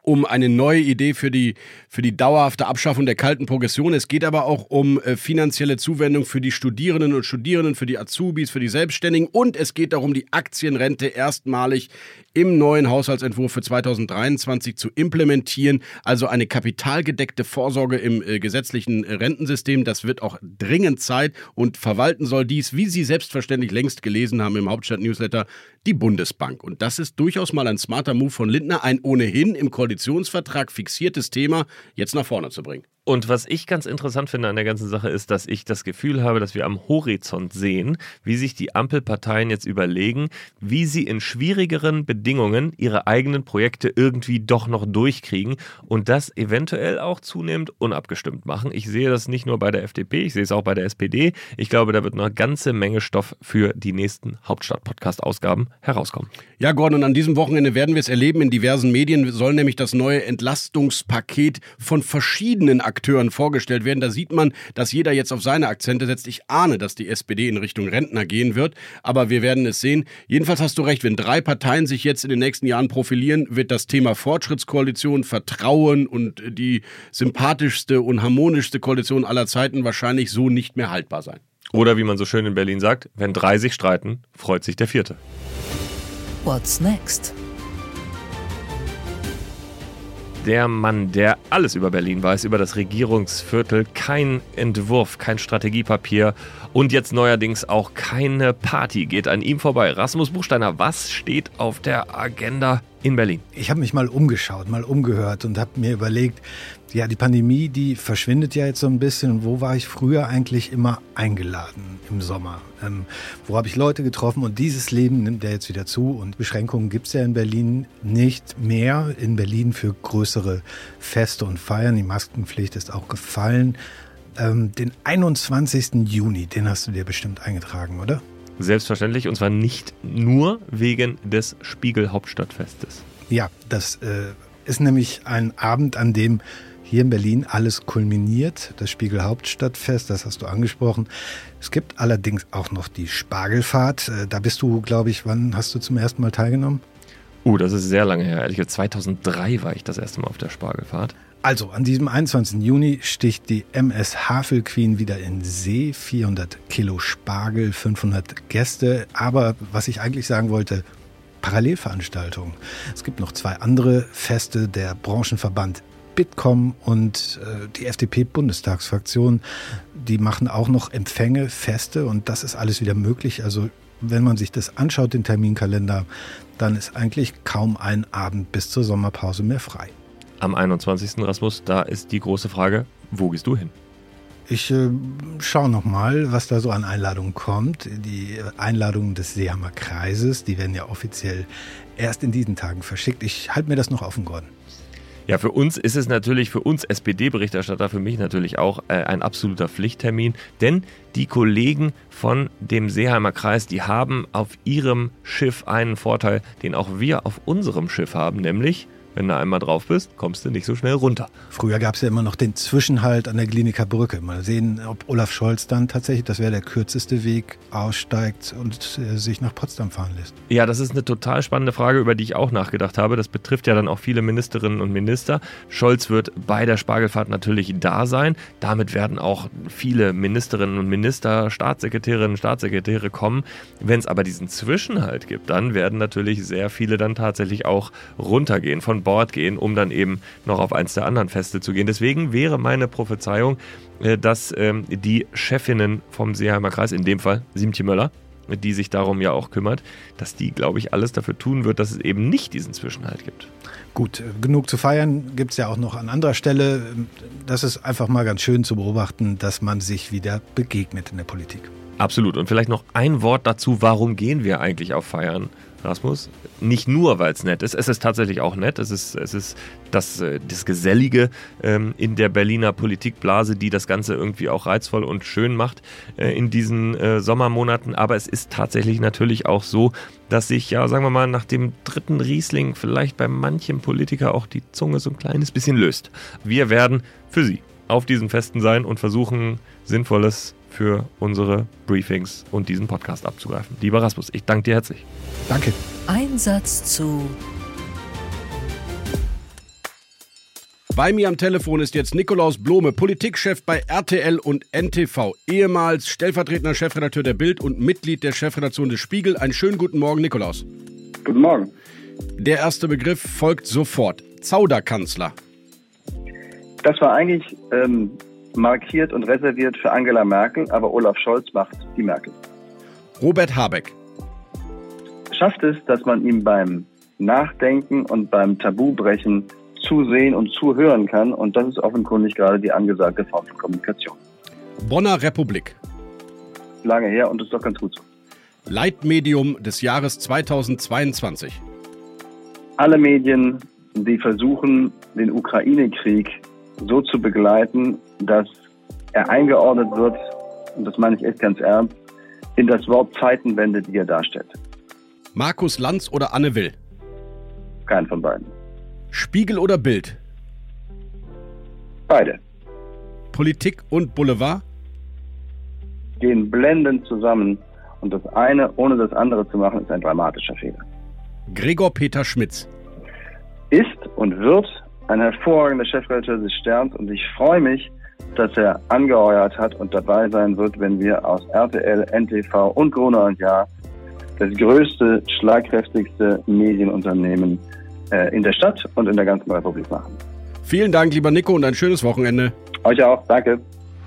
um eine neue Idee für die, für die dauerhafte Abschaffung der kalten Progression. Es geht aber auch um äh, finanzielle Zuwendung für die Studierenden und Studierenden, für die Azubis, für die Selbstständigen. Und es geht darum, die Aktienrente erstmalig im neuen Haushaltsentwurf für zweitausenddreiundzwanzig zu implementieren. Also eine kapitalgedeckte Vorsorge im äh, gesetzlichen äh, Rentensystem. Das wird auch dringend Zeit und verwalten soll dies, wie Sie selbstverständlich längst gelesen haben im Hauptstadt-Newsletter, die Bundesbank. Und das ist durchaus mal ein smarter Move von Lindner, ein ohnehin im Koalitionsvertrag fixiertes Thema jetzt nach vorne zu bringen. Und was ich ganz interessant finde an der ganzen Sache ist, dass ich das Gefühl habe, dass wir am Horizont sehen, wie sich die Ampelparteien jetzt überlegen, wie sie in schwierigeren Bedingungen ihre eigenen Projekte irgendwie doch noch durchkriegen und das eventuell auch zunehmend unabgestimmt machen. Ich sehe das nicht nur bei der F D P, ich sehe es auch bei der S P D. Ich glaube, da wird noch eine ganze Menge Stoff für die nächsten Hauptstadt-Podcast-Ausgaben herauskommen. Ja, Gordon, und an diesem Wochenende werden wir es erleben. In diversen Medien soll nämlich das neue Entlastungspaket von verschiedenen Akteuren Akteuren vorgestellt werden. Da sieht man, dass jeder jetzt auf seine Akzente setzt. Ich ahne, dass die S P D in Richtung Rentner gehen wird, aber wir werden es sehen. Jedenfalls hast du recht, wenn drei Parteien sich jetzt in den nächsten Jahren profilieren, wird das Thema Fortschrittskoalition, Vertrauen und die sympathischste und harmonischste Koalition aller Zeiten wahrscheinlich so nicht mehr haltbar sein. Oder wie man so schön in Berlin sagt, wenn drei sich streiten, freut sich der vierte. What's next? Der Mann, der alles über Berlin weiß, über das Regierungsviertel, kein Entwurf, kein Strategiepapier und jetzt neuerdings auch keine Party geht an ihm vorbei. Rasmus Buchsteiner, was steht auf der Agenda in Berlin? Ich habe mich mal umgeschaut, mal umgehört und habe mir überlegt, ja, die Pandemie, die verschwindet ja jetzt so ein bisschen. Und wo war ich früher eigentlich immer eingeladen im Sommer? Ähm, wo habe ich Leute getroffen? Und dieses Leben nimmt ja jetzt wieder zu. Und Beschränkungen gibt es ja in Berlin nicht mehr. In Berlin für größere Feste und Feiern. Die Maskenpflicht ist auch gefallen. Ähm, den einundzwanzigsten Juni, den hast du dir bestimmt eingetragen, oder? Selbstverständlich. Und zwar nicht nur wegen des Spiegel-Hauptstadtfestes. Ja, das äh, ist nämlich ein Abend, an dem hier in Berlin alles kulminiert, das Spiegel-Hauptstadtfest, das hast du angesprochen. Es gibt allerdings auch noch die Spargelfahrt. Da bist du, glaube ich, wann hast du zum ersten Mal teilgenommen? Uh, das ist sehr lange her. Ehrlich gesagt, zweitausenddrei war ich das erste Mal auf der Spargelfahrt. Also, an diesem einundzwanzigsten Juni sticht die M S Havelqueen wieder in See. vierhundert Kilo Spargel, fünfhundert Gäste. Aber was ich eigentlich sagen wollte, Parallelveranstaltungen. Es gibt noch zwei andere Feste, der Branchenverband Bitkom und äh, die F D P-Bundestagsfraktion, die machen auch noch Empfänge, Feste und das ist alles wieder möglich. Also wenn man sich das anschaut, den Terminkalender, dann ist eigentlich kaum ein Abend bis zur Sommerpause mehr frei. Am einundzwanzigsten Rasmus, da ist die große Frage, wo gehst du hin? Ich äh, schaue nochmal, was da so an Einladungen kommt. Die Einladungen des Seehamer Kreises, die werden ja offiziell erst in diesen Tagen verschickt. Ich halte mir das noch offen, Gordon. Ja, für uns ist es natürlich, für uns S P D-Berichterstatter, für mich natürlich auch äh, ein absoluter Pflichttermin, denn die Kollegen von dem Seeheimer Kreis, die haben auf ihrem Schiff einen Vorteil, den auch wir auf unserem Schiff haben, nämlich, wenn du einmal drauf bist, kommst du nicht so schnell runter. Früher gab es ja immer noch den Zwischenhalt an der Kliniker Brücke. Mal sehen, ob Olaf Scholz dann tatsächlich, das wäre der kürzeste Weg, aussteigt und äh, sich nach Potsdam fahren lässt. Ja, das ist eine total spannende Frage, über die ich auch nachgedacht habe. Das betrifft ja dann auch viele Ministerinnen und Minister. Scholz wird bei der Spargelfahrt natürlich da sein. Damit werden auch viele Ministerinnen und Minister, Staatssekretärinnen, Staatssekretäre kommen. Wenn es aber diesen Zwischenhalt gibt, dann werden natürlich sehr viele dann tatsächlich auch runtergehen, von Bord gehen, um dann eben noch auf eins der anderen Feste zu gehen. Deswegen wäre meine Prophezeiung, dass die Chefinnen vom Seeheimer Kreis, in dem Fall Siemtje Möller, die sich darum ja auch kümmert, dass die, glaube ich, alles dafür tun wird, dass es eben nicht diesen Zwischenhalt gibt. Gut, genug zu feiern gibt es ja auch noch an anderer Stelle. Das ist einfach mal ganz schön zu beobachten, dass man sich wieder begegnet in der Politik. Absolut. Und vielleicht noch ein Wort dazu, warum gehen wir eigentlich auf Feiern, Rasmus? Nicht nur, weil es nett ist, es ist tatsächlich auch nett, es ist, es ist das, das Gesellige ähm, in der Berliner Politikblase, die das Ganze irgendwie auch reizvoll und schön macht äh, in diesen äh, Sommermonaten, aber es ist tatsächlich natürlich auch so, dass sich, ja, sagen wir mal, nach dem dritten Riesling vielleicht bei manchem Politiker auch die Zunge so ein kleines bisschen löst. Wir werden für Sie auf diesen Festen sein und versuchen, Sinnvolles für unsere Briefings und diesen Podcast abzugreifen. Lieber Rasmus, ich danke dir herzlich. Danke. Ein Satz zu Bei mir am Telefon ist jetzt Nikolaus Blome, Politikchef bei R T L und N T V, ehemals stellvertretender Chefredakteur der Bild und Mitglied der Chefredaktion des Spiegel. Einen schönen guten Morgen, Nikolaus. Guten Morgen. Der erste Begriff folgt sofort. Zauderkanzler. Das war eigentlich ähm, markiert und reserviert für Angela Merkel, aber Olaf Scholz macht die Merkel. Robert Habeck. Schafft es, dass man ihm beim Nachdenken und beim Tabubrechen zusehen und zuhören kann, und das ist offenkundig gerade die angesagte Form von Kommunikation. Bonner Republik. Lange her und ist doch ganz gut so. Leitmedium des Jahres zweitausendzweiundzwanzig. Alle Medien, die versuchen, den Ukraine-Krieg so zu begleiten, dass er eingeordnet wird, und das meine ich echt ganz ernst, in das Wort Zeitenwende, die er darstellt. Markus Lanz oder Anne Will? Kein von beiden. Spiegel oder Bild? Beide. Politik und Boulevard? Gehen blendend zusammen, und das eine ohne das andere zu machen, ist ein dramatischer Fehler. Gregor Peter Schmitz. Ist und wird ein hervorragender Chefredakteur des Sterns, und ich freue mich, dass er angeheuert hat und dabei sein wird, wenn wir aus R T L, N T V und Gruner und Jahr das größte, schlagkräftigste Medienunternehmen äh, in der Stadt und in der ganzen Republik machen. Vielen Dank, lieber Nico, und ein schönes Wochenende. Euch auch, danke.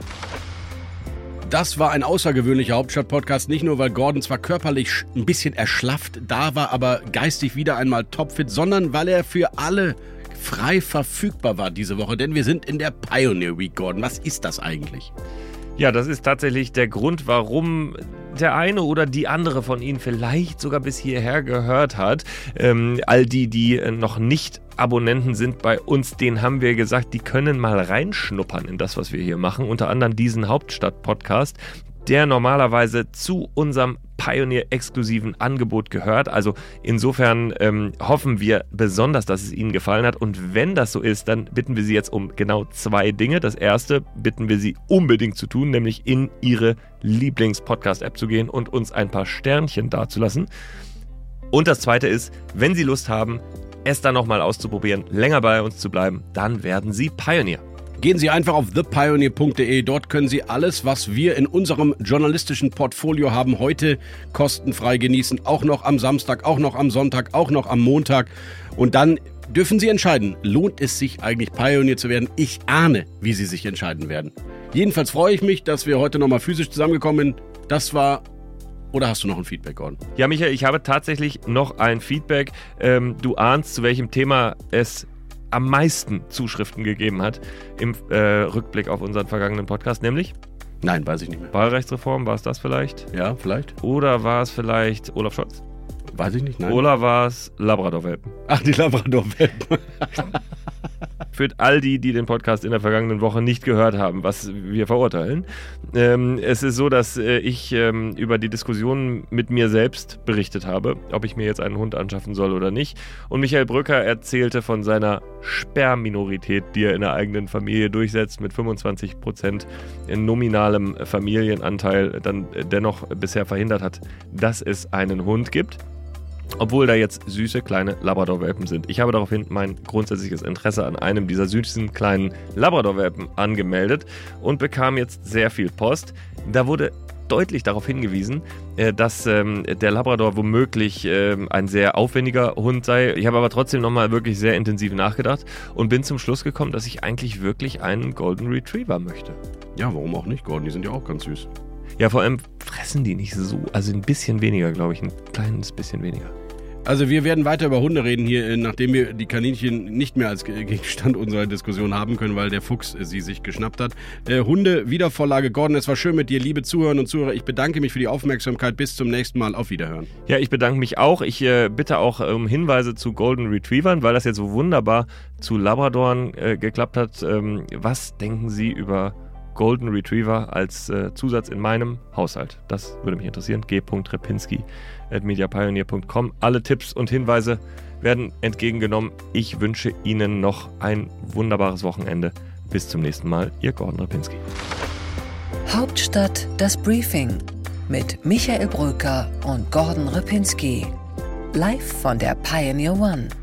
Das war ein außergewöhnlicher Hauptstadt-Podcast, nicht nur, weil Gordon zwar körperlich ein bisschen erschlafft da war, aber geistig wieder einmal topfit, sondern weil er für alle frei verfügbar war diese Woche, denn wir sind in der Pioneer Week, Gordon. Was ist das eigentlich? Ja, das ist tatsächlich der Grund, warum der eine oder die andere von Ihnen vielleicht sogar bis hierher gehört hat. Ähm, all die, die noch nicht Abonnenten sind bei uns, denen haben wir gesagt, die können mal reinschnuppern in das, was wir hier machen. Unter anderem diesen Hauptstadt-Podcast, der normalerweise zu unserem Pioneer-exklusiven Angebot gehört. Also insofern ähm, hoffen wir besonders, dass es Ihnen gefallen hat. Und wenn das so ist, dann bitten wir Sie jetzt um genau zwei Dinge. Das erste bitten wir Sie unbedingt zu tun, nämlich in Ihre Lieblings-Podcast-App zu gehen und uns ein paar Sternchen dazulassen. Und das zweite ist, wenn Sie Lust haben, es dann nochmal auszuprobieren, länger bei uns zu bleiben, dann werden Sie Pioneer. Gehen Sie einfach auf the pioneer punkt de. Dort können Sie alles, was wir in unserem journalistischen Portfolio haben, heute kostenfrei genießen. Auch noch am Samstag, auch noch am Sonntag, auch noch am Montag. Und dann dürfen Sie entscheiden, lohnt es sich eigentlich Pioneer zu werden? Ich ahne, wie Sie sich entscheiden werden. Jedenfalls freue ich mich, dass wir heute nochmal physisch zusammengekommen sind. Das war... Oder hast du noch ein Feedback, Gordon? Ja, Michael, ich habe tatsächlich noch ein Feedback. Ähm, du ahnst, zu welchem Thema es am meisten Zuschriften gegeben hat im äh, Rückblick auf unseren vergangenen Podcast, nämlich? Nein, weiß ich nicht mehr. Wahlrechtsreform, war es das vielleicht? Ja, vielleicht. Oder war es vielleicht Olaf Scholz? Weiß ich nicht, nein. Oder war es Labrador-Welpen? Ach, die Labrador-Welpen. Für all die, die den Podcast in der vergangenen Woche nicht gehört haben, was wir verurteilen. Ähm, es ist so, dass äh, ich ähm, über die Diskussion mit mir selbst berichtet habe, ob ich mir jetzt einen Hund anschaffen soll oder nicht. Und Michael Brücker erzählte von seiner Sperrminorität, die er in der eigenen Familie durchsetzt, mit fünfundzwanzig Prozent in nominalem Familienanteil dann dennoch bisher verhindert hat, dass es einen Hund gibt. Obwohl da jetzt süße kleine Labrador-Welpen sind. Ich habe daraufhin mein grundsätzliches Interesse an einem dieser süßen kleinen Labrador-Welpen angemeldet und bekam jetzt sehr viel Post. Da wurde deutlich darauf hingewiesen, dass ähm, der Labrador womöglich ähm, ein sehr aufwendiger Hund sei. Ich habe aber trotzdem nochmal wirklich sehr intensiv nachgedacht und bin zum Schluss gekommen, dass ich eigentlich wirklich einen Golden Retriever möchte. Ja, warum auch nicht, Gordon? Die sind ja auch ganz süß. Ja, vor allem fressen die nicht so. Also ein bisschen weniger, glaube ich. Ein kleines bisschen weniger. Also wir werden weiter über Hunde reden hier, nachdem wir die Kaninchen nicht mehr als Gegenstand unserer Diskussion haben können, weil der Fuchs sie sich geschnappt hat. Äh, Hunde, Wiedervorlage. Gordon, es war schön mit dir, liebe Zuhörerinnen und Zuhörer. Ich bedanke mich für die Aufmerksamkeit. Bis zum nächsten Mal. Auf Wiederhören. Ja, ich bedanke mich auch. Ich äh, bitte auch um Hinweise zu Golden Retrievern, weil das jetzt so wunderbar zu Labradoren äh, geklappt hat. Ähm, was denken Sie über Golden Retriever als äh, Zusatz in meinem Haushalt? Das würde mich interessieren. g punkt repinski at mediapioneer punkt com. Alle Tipps und Hinweise werden entgegengenommen. Ich wünsche Ihnen noch ein wunderbares Wochenende. Bis zum nächsten Mal. Ihr Gordon Repinski. Hauptstadt das Briefing mit Michael Brücker und Gordon Repinski. Live von der Pioneer One.